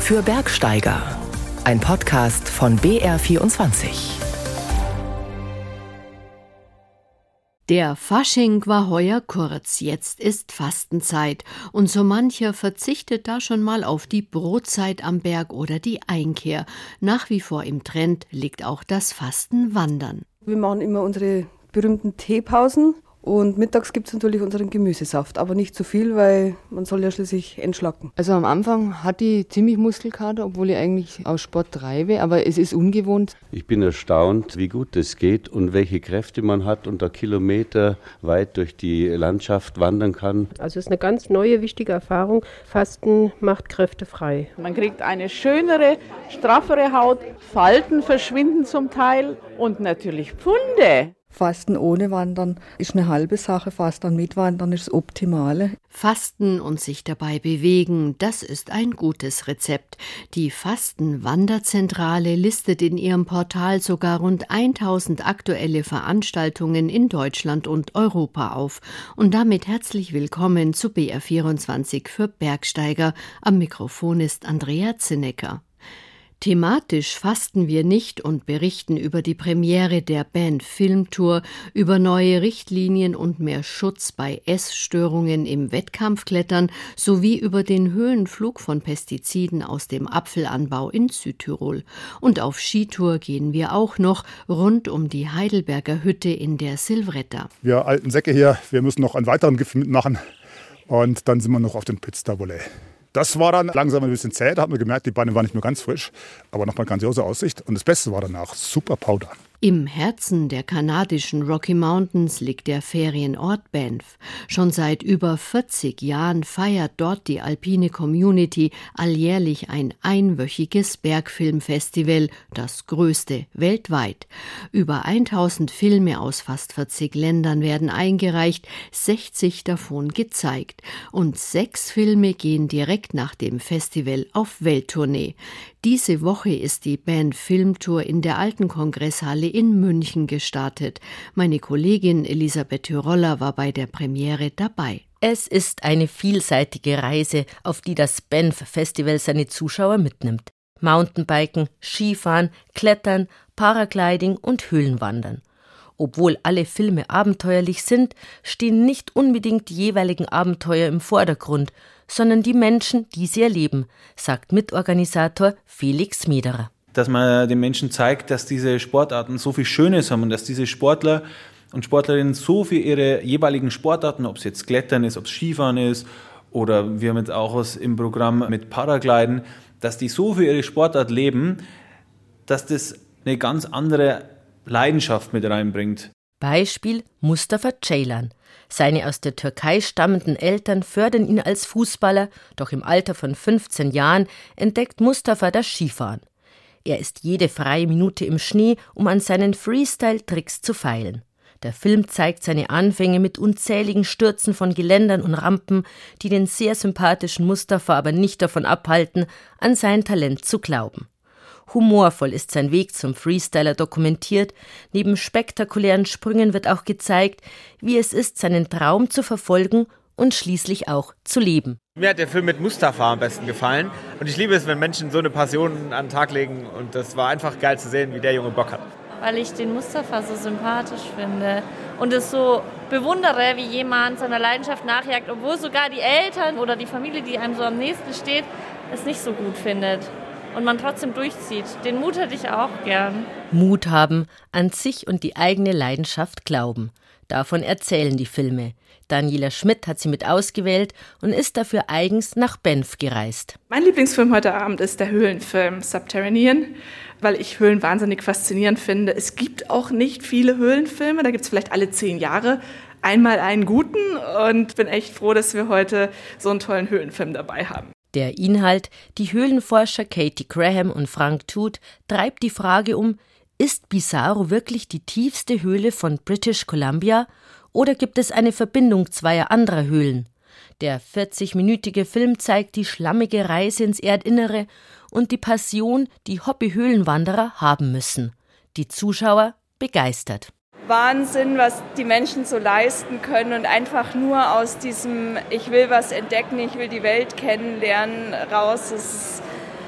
für Bergsteiger. Ein Podcast von BR24. Der Fasching war heuer kurz, jetzt ist Fastenzeit und so mancher verzichtet da schon mal auf die Brotzeit am Berg oder die Einkehr. Nach wie vor im Trend liegt auch das Fastenwandern. Wir machen immer unsere berühmten Teepausen und mittags gibt es natürlich unseren Gemüsesaft, aber nicht zu viel, weil man soll ja schließlich entschlacken. Also am Anfang hatte ich ziemlich Muskelkater, obwohl ich eigentlich aus Sport treibe, aber es ist ungewohnt. Ich bin erstaunt, wie gut es geht und welche Kräfte man hat und da Kilometer weit durch die Landschaft wandern kann. Also es ist eine ganz neue, wichtige Erfahrung. Fasten macht Kräfte frei. Man kriegt eine schönere, straffere Haut, Falten verschwinden zum Teil und natürlich Pfunde. Fasten ohne Wandern ist eine halbe Sache, Fasten mit Wandern ist das Optimale. Fasten und sich dabei bewegen, das ist ein gutes Rezept. Die Fastenwanderzentrale listet in ihrem Portal sogar rund 1000 aktuelle Veranstaltungen in Deutschland und Europa auf. Und damit herzlich willkommen zu BR24 für Bergsteiger. Am Mikrofon ist Andrea Zinnecker. Thematisch fasten wir nicht und berichten über die Premiere der Banff Filmtour, über neue Richtlinien und mehr Schutz bei Essstörungen im Wettkampfklettern sowie über den Höhenflug von Pestiziden aus dem Apfelanbau in Südtirol. Und auf Skitour gehen wir auch noch rund um die Heidelberger Hütte in der Silvretta. Wir alten Säcke hier, wir müssen noch einen weiteren Gipfel mitmachen und dann sind wir noch auf den Piz Tavollet. Das war dann langsam ein bisschen zäh, da hat man gemerkt, die Beine waren nicht mehr ganz frisch, aber nochmal grandiose Aussicht. Und das Beste war danach, super Powder. Im Herzen der kanadischen Rocky Mountains liegt der Ferienort Banff. Schon seit über 40 Jahren feiert dort die alpine Community alljährlich ein einwöchiges Bergfilmfestival, das größte weltweit. Über 1000 Filme aus fast 40 Ländern werden eingereicht, 60 davon gezeigt. Und 6 Filme gehen direkt nach dem Festival auf Welttournee. Diese Woche ist die Banff Filmtour in der Alten Kongresshalle in München gestartet. Meine Kollegin Elisabeth Tyroller war bei der Premiere dabei. Es ist eine vielseitige Reise, auf die das Banff Festival seine Zuschauer mitnimmt. Mountainbiken, Skifahren, Klettern, Paragliding und Höhlenwandern. Obwohl alle Filme abenteuerlich sind, stehen nicht unbedingt die jeweiligen Abenteuer im Vordergrund, sondern die Menschen, die sie erleben, sagt Mitorganisator Felix Mederer. Dass man den Menschen zeigt, dass diese Sportarten so viel Schönes haben und dass diese Sportler und Sportlerinnen so für ihre jeweiligen Sportarten, ob es jetzt Klettern ist, ob es Skifahren ist oder wir haben jetzt auch was im Programm mit Paragliden, dass die so für ihre Sportart leben, dass das eine ganz andere Leidenschaft mit reinbringt. Beispiel Mustafa Ceylan. Seine aus der Türkei stammenden Eltern fördern ihn als Fußballer, doch im Alter von 15 Jahren entdeckt Mustafa das Skifahren. Er ist jede freie Minute im Schnee, um an seinen Freestyle-Tricks zu feilen. Der Film zeigt seine Anfänge mit unzähligen Stürzen von Geländern und Rampen, die den sehr sympathischen Mustafa aber nicht davon abhalten, an sein Talent zu glauben. Humorvoll ist sein Weg zum Freestyler dokumentiert. Neben spektakulären Sprüngen wird auch gezeigt, wie es ist, seinen Traum zu verfolgen und schließlich auch zu leben. Mir hat der Film mit Mustafa am besten gefallen. Und ich liebe es, wenn Menschen so eine Passion an den Tag legen. Und das war einfach geil zu sehen, wie der Junge Bock hat. Weil ich den Mustafa so sympathisch finde und es so bewundere, wie jemand seiner Leidenschaft nachjagt, obwohl sogar die Eltern oder die Familie, die einem so am nächsten steht, es nicht so gut findet. Und man trotzdem durchzieht. Den Mut hätte ich auch gern. Mut haben, an sich und die eigene Leidenschaft glauben. Davon erzählen die Filme. Daniela Schmidt hat sie mit ausgewählt und ist dafür eigens nach Banff gereist. Mein Lieblingsfilm heute Abend ist der Höhlenfilm Subterranean, weil ich Höhlen wahnsinnig faszinierend finde. Es gibt auch nicht viele Höhlenfilme, da gibt es vielleicht alle 10 Jahre einmal einen guten und bin echt froh, dass wir heute so einen tollen Höhlenfilm dabei haben. Der Inhalt, die Höhlenforscher Katie Graham und Frank Toot treibt die Frage um, ist Bizarro wirklich die tiefste Höhle von British Columbia oder gibt es eine Verbindung zweier anderer Höhlen? Der 40-minütige Film zeigt die schlammige Reise ins Erdinnere und die Passion, die Hobby-Höhlenwanderer haben müssen. Die Zuschauer begeistert. Wahnsinn, was die Menschen so leisten können und einfach nur aus diesem Ich will was entdecken, ich will die Welt kennenlernen raus. Es ist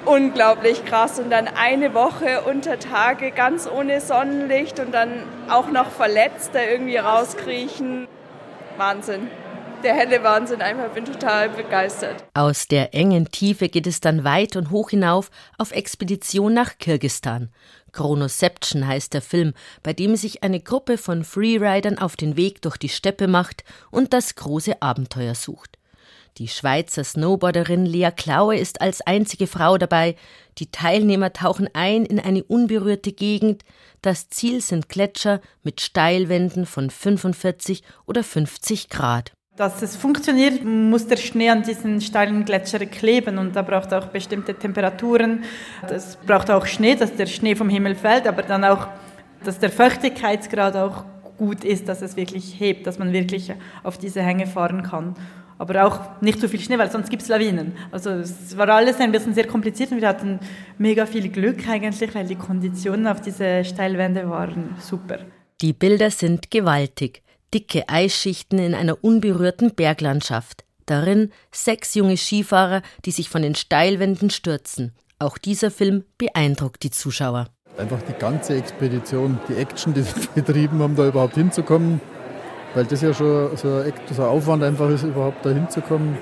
unglaublich krass. Und dann eine Woche unter Tage ganz ohne Sonnenlicht und dann auch noch verletzt da irgendwie rauskriechen. Wahnsinn. Der helle Wahnsinn, einfach, bin total begeistert. Aus der engen Tiefe geht es dann weit und hoch hinauf auf Expedition nach Kirgisistan. Chronoception heißt der Film, bei dem sich eine Gruppe von Freeridern auf den Weg durch die Steppe macht und das große Abenteuer sucht. Die Schweizer Snowboarderin Lea Klaue ist als einzige Frau dabei. Die Teilnehmer tauchen ein in eine unberührte Gegend. Das Ziel sind Gletscher mit Steilwänden von 45 oder 50 Grad. Dass es funktioniert, muss der Schnee an diesen steilen Gletschern kleben und da braucht auch bestimmte Temperaturen. Es braucht auch Schnee, dass der Schnee vom Himmel fällt, aber dann auch, dass der Feuchtigkeitsgrad auch gut ist, dass es wirklich hebt, dass man wirklich auf diese Hänge fahren kann. Aber auch nicht so viel Schnee, weil sonst gibt es Lawinen. Also es war alles ein bisschen sehr kompliziert und wir hatten mega viel Glück eigentlich, weil die Konditionen auf diese Steilwände waren super. Die Bilder sind gewaltig. Dicke Eisschichten in einer unberührten Berglandschaft. Darin 6 junge Skifahrer, die sich von den Steilwänden stürzen. Auch dieser Film beeindruckt die Zuschauer. Einfach die ganze Expedition, die Action, die sie betrieben haben, da überhaupt hinzukommen. Weil das ja schon so ein Aufwand einfach ist, überhaupt da hinzukommen.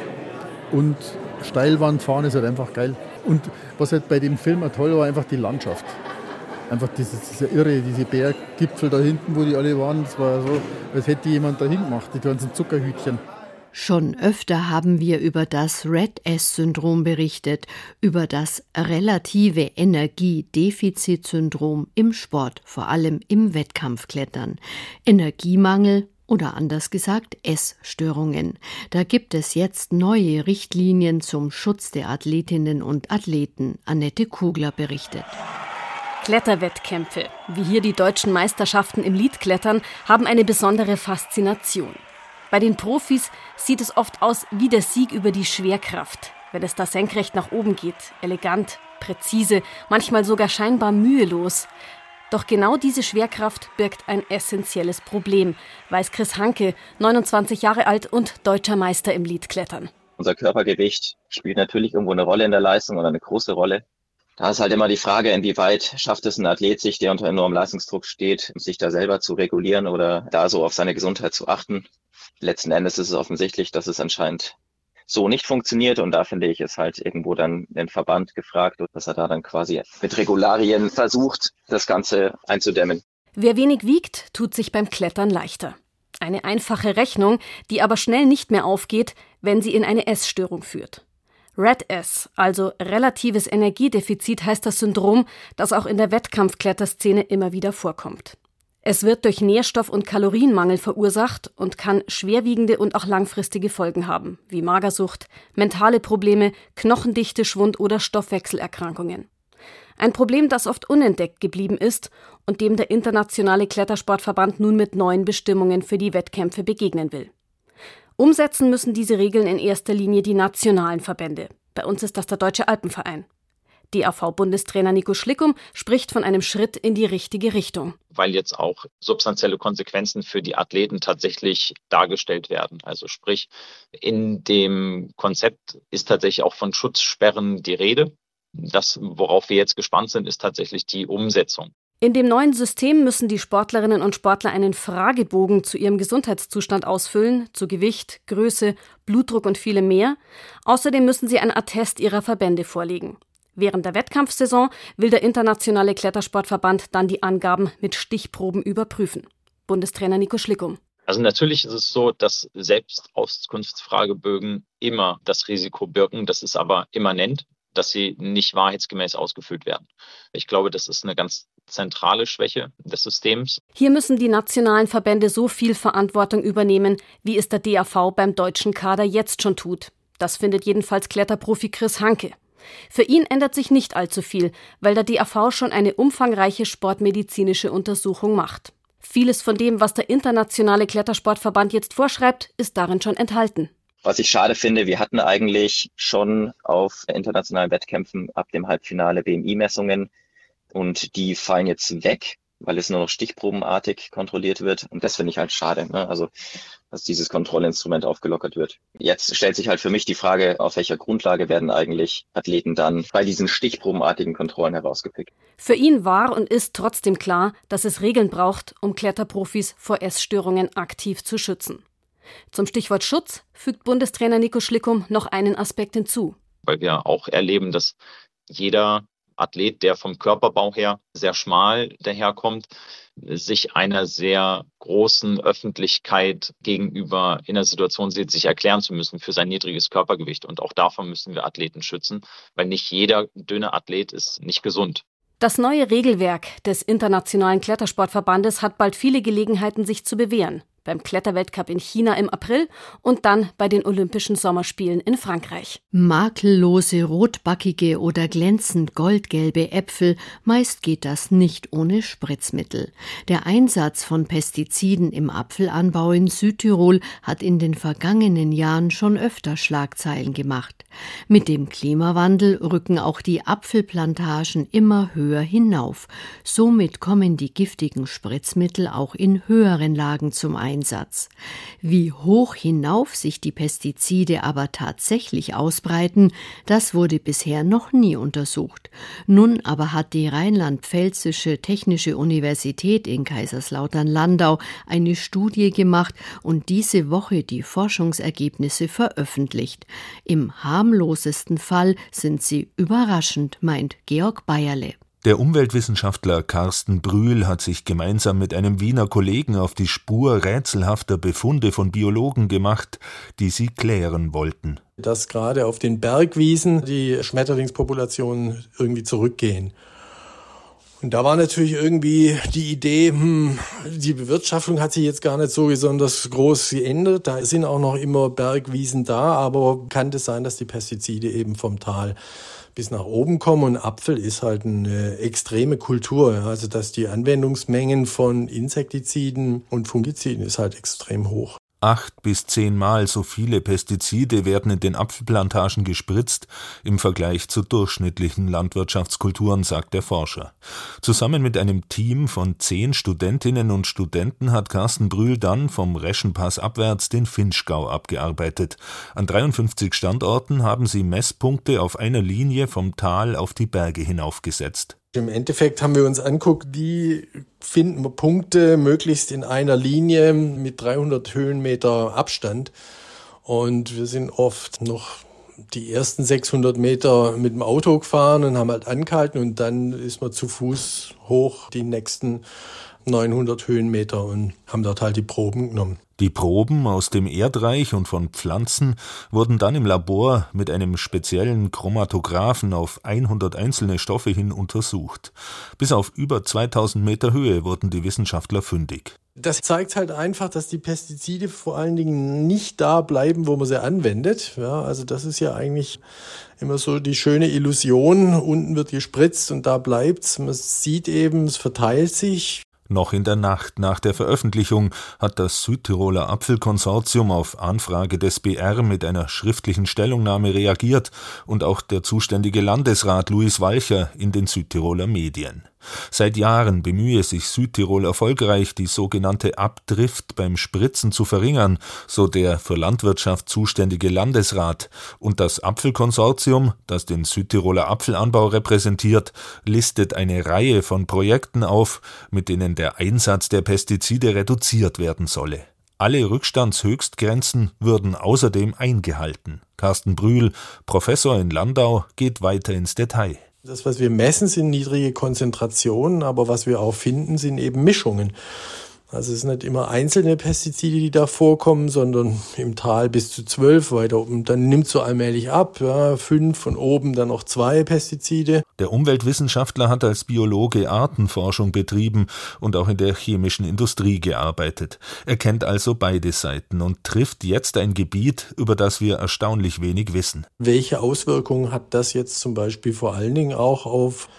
Und Steilwand fahren ist halt einfach geil. Und was halt bei dem Film auch toll war, einfach die Landschaft. Einfach diese Irre, diese Berggipfel da hinten, wo die alle waren, das war so, als hätte jemand da hingemacht, die ganzen Zuckerhütchen. Schon öfter haben wir über das Red-S-Syndrom berichtet, über das relative Energiedefizitsyndrom im Sport, vor allem im Wettkampfklettern. Energiemangel oder anders gesagt Essstörungen. Da gibt es jetzt neue Richtlinien zum Schutz der Athletinnen und Athleten. Annette Kugler berichtet. Kletterwettkämpfe, wie hier die deutschen Meisterschaften im Leadklettern, haben eine besondere Faszination. Bei den Profis sieht es oft aus wie der Sieg über die Schwerkraft, wenn es da senkrecht nach oben geht, elegant, präzise, manchmal sogar scheinbar mühelos. Doch genau diese Schwerkraft birgt ein essentielles Problem, weiß Chris Hanke, 29 Jahre alt und deutscher Meister im Leadklettern. Unser Körpergewicht spielt natürlich irgendwo eine Rolle in der Leistung oder eine große Rolle. Da ist halt immer die Frage, inwieweit schafft es ein Athlet sich, der unter enormem Leistungsdruck steht, sich da selber zu regulieren oder da so auf seine Gesundheit zu achten. Letzten Endes ist es offensichtlich, dass es anscheinend so nicht funktioniert und da finde ich, ist halt irgendwo dann den Verband gefragt, dass er da dann quasi mit Regularien versucht, das Ganze einzudämmen. Wer wenig wiegt, tut sich beim Klettern leichter. Eine einfache Rechnung, die aber schnell nicht mehr aufgeht, wenn sie in eine Essstörung führt. Red-S, also relatives Energiedefizit, heißt das Syndrom, das auch in der Wettkampfkletterszene immer wieder vorkommt. Es wird durch Nährstoff- und Kalorienmangel verursacht und kann schwerwiegende und auch langfristige Folgen haben, wie Magersucht, mentale Probleme, Knochendichte, Schwund oder Stoffwechselerkrankungen. Ein Problem, das oft unentdeckt geblieben ist und dem der Internationale Klettersportverband nun mit neuen Bestimmungen für die Wettkämpfe begegnen will. Umsetzen müssen diese Regeln in erster Linie die nationalen Verbände. Bei uns ist das der Deutsche Alpenverein. DAV-Bundestrainer Nico Schlickum spricht von einem Schritt in die richtige Richtung. Weil jetzt auch substanzielle Konsequenzen für die Athleten tatsächlich dargestellt werden. Also sprich, in dem Konzept ist tatsächlich auch von Schutzsperren die Rede. Das, worauf wir jetzt gespannt sind, ist tatsächlich die Umsetzung. In dem neuen System müssen die Sportlerinnen und Sportler einen Fragebogen zu ihrem Gesundheitszustand ausfüllen, zu Gewicht, Größe, Blutdruck und vielem mehr. Außerdem müssen sie einen Attest ihrer Verbände vorlegen. Während der Wettkampfsaison will der Internationale Klettersportverband dann die Angaben mit Stichproben überprüfen. Bundestrainer Nico Schlickum. Also natürlich ist es so, dass Selbstauskunftsfragebögen immer das Risiko birgen. Das ist aber immanent, dass sie nicht wahrheitsgemäß ausgefüllt werden. Ich glaube, das ist eine ganz zentrale Schwäche des Systems. Hier müssen die nationalen Verbände so viel Verantwortung übernehmen, wie es der DAV beim deutschen Kader jetzt schon tut. Das findet jedenfalls Kletterprofi Chris Hanke. Für ihn ändert sich nicht allzu viel, weil der DAV schon eine umfangreiche sportmedizinische Untersuchung macht. Vieles von dem, was der Internationale Klettersportverband jetzt vorschreibt, ist darin schon enthalten. Was ich schade finde, wir hatten eigentlich schon auf internationalen Wettkämpfen ab dem Halbfinale BMI-Messungen und die fallen jetzt weg. weil es nur noch stichprobenartig kontrolliert wird. Und das finde ich halt schade, ne? Also, dass dieses Kontrollinstrument aufgelockert wird. Jetzt stellt sich halt für mich die Frage, auf welcher Grundlage werden eigentlich Athleten dann bei diesen stichprobenartigen Kontrollen herausgepickt. Für ihn war und ist trotzdem klar, dass es Regeln braucht, um Kletterprofis vor Essstörungen aktiv zu schützen. Zum Stichwort Schutz fügt Bundestrainer Nico Schlickum noch einen Aspekt hinzu. Weil wir auch erleben, dass jeder Athlet, der vom Körperbau her sehr schmal daherkommt, sich einer sehr großen Öffentlichkeit gegenüber in der Situation sieht, sich erklären zu müssen für sein niedriges Körpergewicht. Und auch davon müssen wir Athleten schützen, weil nicht jeder dünne Athlet ist nicht gesund. Das neue Regelwerk des Internationalen Klettersportverbandes hat bald viele Gelegenheiten, sich zu bewähren. Beim Kletterweltcup in China im April und dann bei den Olympischen Sommerspielen in Frankreich. Makellose, rotbackige oder glänzend goldgelbe Äpfel, meist geht das nicht ohne Spritzmittel. Der Einsatz von Pestiziden im Apfelanbau in Südtirol hat in den vergangenen Jahren schon öfter Schlagzeilen gemacht. Mit dem Klimawandel rücken auch die Apfelplantagen immer höher hinauf. Somit kommen die giftigen Spritzmittel auch in höheren Lagen zum Einsatz. Wie hoch hinauf sich die Pestizide aber tatsächlich ausbreiten, das wurde bisher noch nie untersucht. Nun aber hat die Rheinland-Pfälzische Technische Universität in Kaiserslautern-Landau eine Studie gemacht und diese Woche die Forschungsergebnisse veröffentlicht. Im harmlosesten Fall sind sie überraschend, meint Georg Bayerle. Der Umweltwissenschaftler Carsten Brühl hat sich gemeinsam mit einem Wiener Kollegen auf die Spur rätselhafter Befunde von Biologen gemacht, die sie klären wollten. Dass gerade auf den Bergwiesen die Schmetterlingspopulationen irgendwie zurückgehen. Und da war natürlich irgendwie die Idee, die Bewirtschaftung hat sich jetzt gar nicht so besonders groß geändert. Da sind auch noch immer Bergwiesen da, aber kann es sein, dass die Pestizide eben vom Tal bis nach oben kommen, und Apfel ist halt eine extreme Kultur, also dass die Anwendungsmengen von Insektiziden und Fungiziden ist halt extrem hoch. 8 bis 10 Mal so viele Pestizide werden in den Apfelplantagen gespritzt im Vergleich zu durchschnittlichen Landwirtschaftskulturen, sagt der Forscher. Zusammen mit einem Team von 10 Studentinnen und Studenten hat Carsten Brühl dann vom Reschenpass abwärts den Vinschgau abgearbeitet. An 53 Standorten haben sie Messpunkte auf einer Linie vom Tal auf die Berge hinaufgesetzt. Im Endeffekt haben wir uns angeguckt, wie finden wir Punkte möglichst in einer Linie mit 300 Höhenmeter Abstand. Und wir sind oft noch die ersten 600 Meter mit dem Auto gefahren und haben halt angehalten, und dann ist man zu Fuß hoch die nächsten 900 Höhenmeter und haben dort halt die Proben genommen. Die Proben aus dem Erdreich und von Pflanzen wurden dann im Labor mit einem speziellen Chromatographen auf 100 einzelne Stoffe hin untersucht. Bis auf über 2000 Meter Höhe wurden die Wissenschaftler fündig. Das zeigt halt einfach, dass die Pestizide vor allen Dingen nicht da bleiben, wo man sie anwendet. Ja, also das ist ja eigentlich immer so die schöne Illusion. Unten wird gespritzt und da bleibt's. Man sieht eben, es verteilt sich. Noch in der Nacht nach der Veröffentlichung hat das Südtiroler Apfelkonsortium auf Anfrage des BR mit einer schriftlichen Stellungnahme reagiert und auch der zuständige Landesrat Luis Walcher in den Südtiroler Medien. Seit Jahren bemühe sich Südtirol erfolgreich, die sogenannte Abdrift beim Spritzen zu verringern, so der für Landwirtschaft zuständige Landesrat. Und das Apfelkonsortium, das den Südtiroler Apfelanbau repräsentiert, listet eine Reihe von Projekten auf, mit denen der Einsatz der Pestizide reduziert werden solle. Alle Rückstandshöchstgrenzen würden außerdem eingehalten. Carsten Brühl, Professor in Landau, geht weiter ins Detail. Das, was wir messen, sind niedrige Konzentrationen, aber was wir auch finden, sind eben Mischungen. Also es sind nicht immer einzelne Pestizide, die da vorkommen, sondern im Tal bis zu 12, weiter oben. Dann nimmt es so allmählich ab, 5 von oben dann noch 2 Pestizide. Der Umweltwissenschaftler hat als Biologe Artenforschung betrieben und auch in der chemischen Industrie gearbeitet. Er kennt also beide Seiten und trifft jetzt ein Gebiet, über das wir erstaunlich wenig wissen. Welche Auswirkungen hat das jetzt zum Beispiel vor allen Dingen auch auf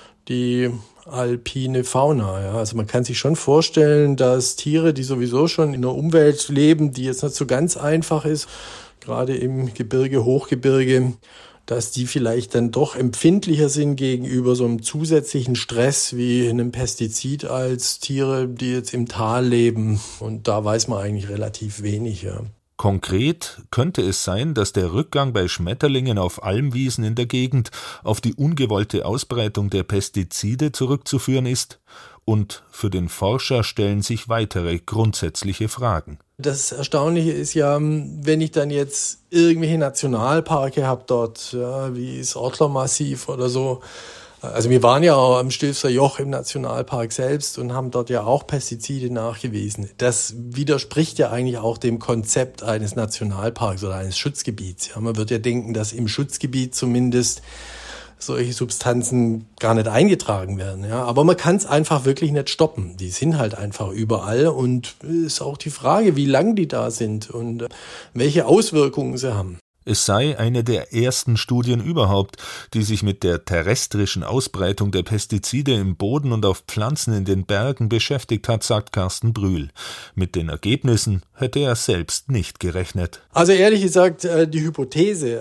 die alpine Fauna? Ja, also man kann sich schon vorstellen, dass Tiere, die sowieso schon in einer Umwelt leben, die jetzt nicht so ganz einfach ist, gerade im Gebirge, Hochgebirge, dass die vielleicht dann doch empfindlicher sind gegenüber so einem zusätzlichen Stress wie einem Pestizid als Tiere, die jetzt im Tal leben. Und da weiß man eigentlich relativ wenig. Ja. Konkret könnte es sein, dass der Rückgang bei Schmetterlingen auf Almwiesen in der Gegend auf die ungewollte Ausbreitung der Pestizide zurückzuführen ist. Und für den Forscher stellen sich weitere grundsätzliche Fragen. Das Erstaunliche ist ja, wenn ich dann jetzt irgendwelche Nationalparke habe dort, ja, wie das Ortler-Massiv oder so. Also wir waren ja auch am Stilfser Joch im Nationalpark selbst und haben dort ja auch Pestizide nachgewiesen. Das widerspricht ja eigentlich auch dem Konzept eines Nationalparks oder eines Schutzgebiets. Ja, man wird ja denken, dass im Schutzgebiet zumindest solche Substanzen gar nicht eingetragen werden. Ja. Aber man kann es einfach wirklich nicht stoppen. Die sind halt einfach überall und ist auch die Frage, wie lang die da sind und welche Auswirkungen sie haben. Es sei eine der ersten Studien überhaupt, die sich mit der terrestrischen Ausbreitung der Pestizide im Boden und auf Pflanzen in den Bergen beschäftigt hat, sagt Carsten Brühl. Mit den Ergebnissen hätte er selbst nicht gerechnet. Also ehrlich gesagt, die Hypothese,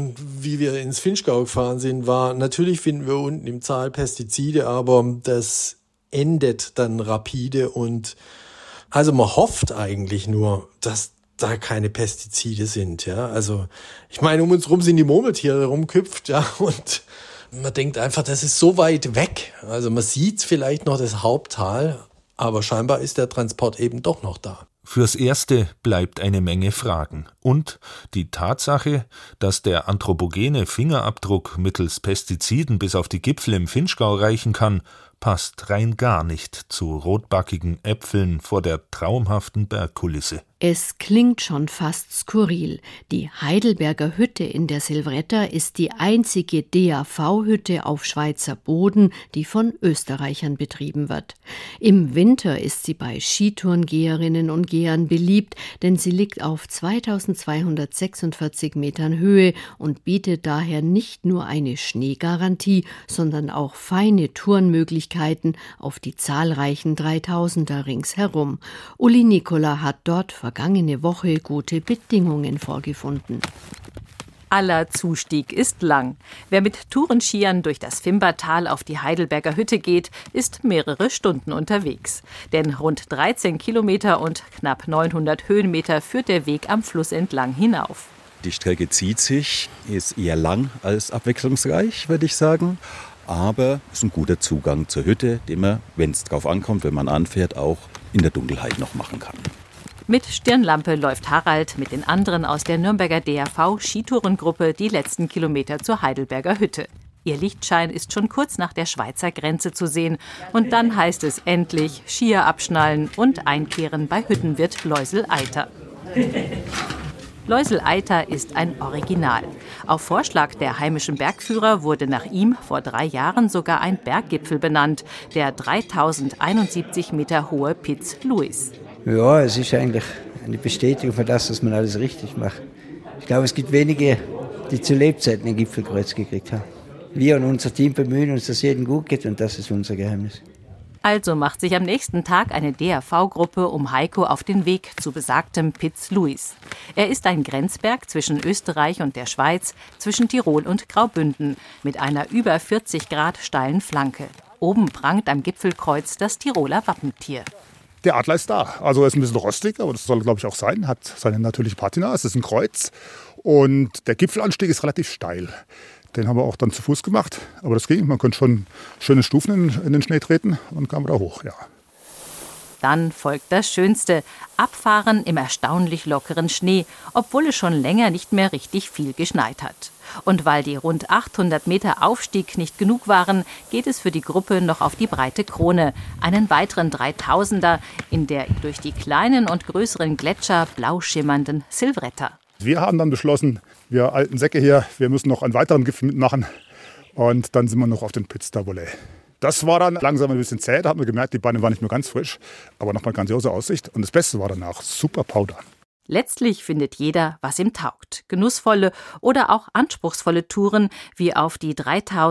wie wir ins Vinschgau gefahren sind, war, natürlich finden wir unten im Tal Pestizide, aber das endet dann rapide und also man hofft eigentlich nur, dass da keine Pestizide sind, ja. Also, ich meine, um uns rum sind die Murmeltiere rumgehüpft, ja, und man denkt einfach, das ist so weit weg. Also, man sieht vielleicht noch das Haupttal, aber scheinbar ist der Transport eben doch noch da. Fürs Erste bleibt eine Menge Fragen. Und die Tatsache, dass der anthropogene Fingerabdruck mittels Pestiziden bis auf die Gipfel im Vinschgau reichen kann, passt rein gar nicht zu rotbackigen Äpfeln vor der traumhaften Bergkulisse. Es klingt schon fast skurril. Die Heidelberger Hütte in der Silvretta ist die einzige DAV-Hütte auf Schweizer Boden, die von Österreichern betrieben wird. Im Winter ist sie bei Skitourengeherinnen und Gehern beliebt, denn sie liegt auf 2246 Metern Höhe und bietet daher nicht nur eine Schneegarantie, sondern auch feine Tourenmöglichkeiten auf die zahlreichen 3000er ringsherum. Uli Nikola hat dort vergangene Woche gute Bedingungen vorgefunden. Aller Zustieg ist lang. Wer mit Tourenskiern durch das Vimbertal auf die Heidelberger Hütte geht, ist mehrere Stunden unterwegs. Denn rund 13 Kilometer und knapp 900 Höhenmeter führt der Weg am Fluss entlang hinauf. Die Strecke zieht sich, ist eher lang als abwechslungsreich, würde ich sagen. Aber es ist ein guter Zugang zur Hütte, den man, wenn es drauf ankommt, wenn man anfährt, auch in der Dunkelheit noch machen kann. Mit Stirnlampe läuft Harald mit den anderen aus der Nürnberger DAV-Skitourengruppe die letzten Kilometer zur Heidelberger Hütte. Ihr Lichtschein ist schon kurz nach der Schweizer Grenze zu sehen. Und dann heißt es endlich Skier abschnallen und einkehren bei Hüttenwirt Leusel Eiter. Leusel Eiter ist ein Original. Auf Vorschlag der heimischen Bergführer wurde nach ihm vor 3 Jahren sogar ein Berggipfel benannt, der 3071 Meter hohe Piz Louis. Ja, es ist eigentlich eine Bestätigung von das, dass man alles richtig macht. Ich glaube, es gibt wenige, die zu Lebzeiten ein Gipfelkreuz gekriegt haben. Wir und unser Team bemühen uns, dass jedem gut geht und das ist unser Geheimnis. Also macht sich am nächsten Tag eine DAV-Gruppe um Heiko auf den Weg zu besagtem Piz Louis. Er ist ein Grenzberg zwischen Österreich und der Schweiz, zwischen Tirol und Graubünden, mit einer über 40 Grad steilen Flanke. Oben prangt am Gipfelkreuz das Tiroler Wappentier. Der Adler ist da. Also er ist ein bisschen rostig, aber das soll, glaube ich, auch sein. Hat seine natürliche Patina. Es ist ein Kreuz. Und der Gipfelanstieg ist relativ steil. Den haben wir auch dann zu Fuß gemacht. Aber das ging. Man konnte schon schöne Stufen in den Schnee treten und kam da hoch, ja. Dann folgt das Schönste: Abfahren im erstaunlich lockeren Schnee, obwohl es schon länger nicht mehr richtig viel geschneit hat. Und weil die rund 800 Meter Aufstieg nicht genug waren, geht es für die Gruppe noch auf die breite Krone, einen weiteren 3000er in der durch die kleinen und größeren Gletscher blau schimmernden Silvretta. Wir haben dann beschlossen, wir alten Säcke hier, wir müssen noch einen weiteren Gipfel mitmachen. Und dann sind wir noch auf den Piz d'Avolet. Das war dann langsam ein bisschen zäh, da haben wir gemerkt, die Beine waren nicht mehr ganz frisch, aber nochmal grandiose Aussicht. Und das Beste war danach super Powder. Letztlich findet jeder, was ihm taugt. Genussvolle oder auch anspruchsvolle Touren wie auf die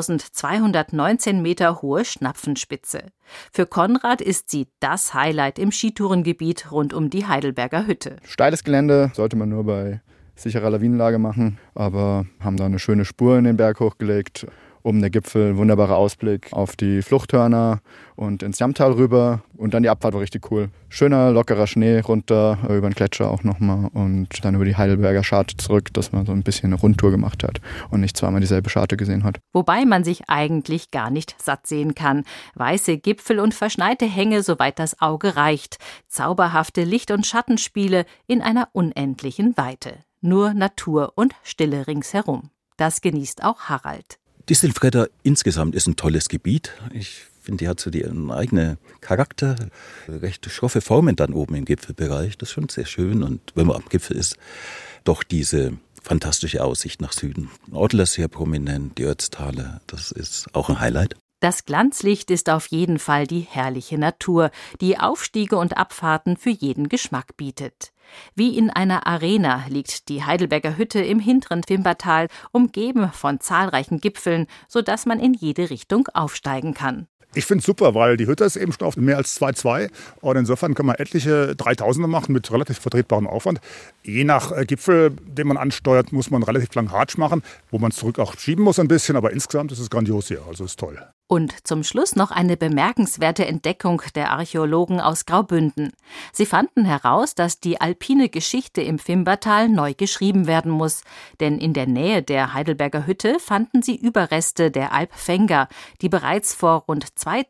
3219 Meter hohe Schnapfenspitze. Für Konrad ist sie das Highlight im Skitourengebiet rund um die Heidelberger Hütte. Steiles Gelände sollte man nur bei sichere Lawinenlage machen, aber haben da eine schöne Spur in den Berg hochgelegt. Oben der Gipfel, wunderbarer Ausblick auf die Fluchthörner und ins Jamtal rüber. Und dann die Abfahrt war richtig cool. Schöner, lockerer Schnee runter, über den Gletscher auch nochmal und dann über die Heidelberger Scharte zurück, dass man so ein bisschen eine Rundtour gemacht hat und nicht zweimal dieselbe Scharte gesehen hat. Wobei man sich eigentlich gar nicht satt sehen kann. Weiße Gipfel und verschneite Hänge, soweit das Auge reicht. Zauberhafte Licht- und Schattenspiele in einer unendlichen Weite. Nur Natur und Stille ringsherum. Das genießt auch Harald. Die Silvretta insgesamt ist ein tolles Gebiet. Ich finde, die hat so ihren eigenen Charakter. Recht schroffe Formen dann oben im Gipfelbereich. Das ist schon sehr schön. Und wenn man am Gipfel ist, doch diese fantastische Aussicht nach Süden. Ortler sehr prominent, die Ötztaler, das ist auch ein Highlight. Das Glanzlicht ist auf jeden Fall die herrliche Natur, die Aufstiege und Abfahrten für jeden Geschmack bietet. Wie in einer Arena liegt die Heidelberger Hütte im hinteren Vimpertal, umgeben von zahlreichen Gipfeln, sodass man in jede Richtung aufsteigen kann. Ich finde es super, weil die Hütte ist eben schon auf mehr als 2,2 und insofern kann man etliche 3000er machen mit relativ vertretbarem Aufwand. Je nach Gipfel, den man ansteuert, muss man relativ lang Hatsch machen, wo man es zurück auch schieben muss ein bisschen, aber insgesamt ist es grandios hier, also ist toll. Und zum Schluss noch eine bemerkenswerte Entdeckung der Archäologen aus Graubünden. Sie fanden heraus, dass die alpine Geschichte im Vimpertal neu geschrieben werden muss. Denn in der Nähe der Heidelberger Hütte fanden sie Überreste der Alp Fenga, die bereits vor rund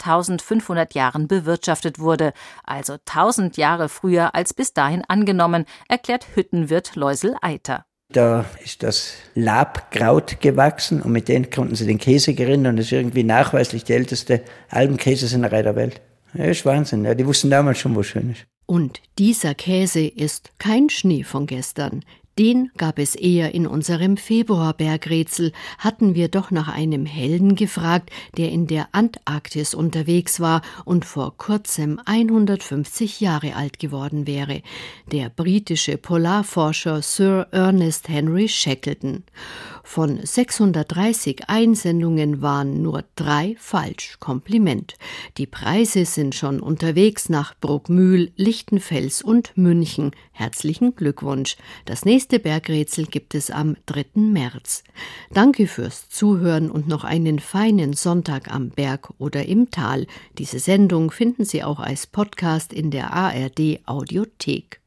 2500 Jahren bewirtschaftet wurde, also 1000 Jahre früher als bis dahin angenommen, erklärt Hüttenwirt Läusel Eiter. Da ist das Labkraut gewachsen und mit denen konnten sie den Käse gerinnen und das ist irgendwie nachweislich die älteste Alpenkäsesennerei der Welt. Ja, ist Wahnsinn, ja, die wussten damals schon, wo schön ist. Und dieser Käse ist kein Schnee von gestern. Den gab es eher in unserem Februarbergrätsel, hatten wir doch nach einem Helden gefragt, der in der Antarktis unterwegs war und vor kurzem 150 Jahre alt geworden wäre. Der britische Polarforscher Sir Ernest Henry Shackleton. Von 630 Einsendungen waren nur 3 falsch. Kompliment. Die Preise sind schon unterwegs nach Bruckmühl, Lichtenfels und München. Herzlichen Glückwunsch. Das nächste Bergrätsel gibt es am 3. März. Danke fürs Zuhören und noch einen feinen Sonntag am Berg oder im Tal. Diese Sendung finden Sie auch als Podcast in der ARD Audiothek.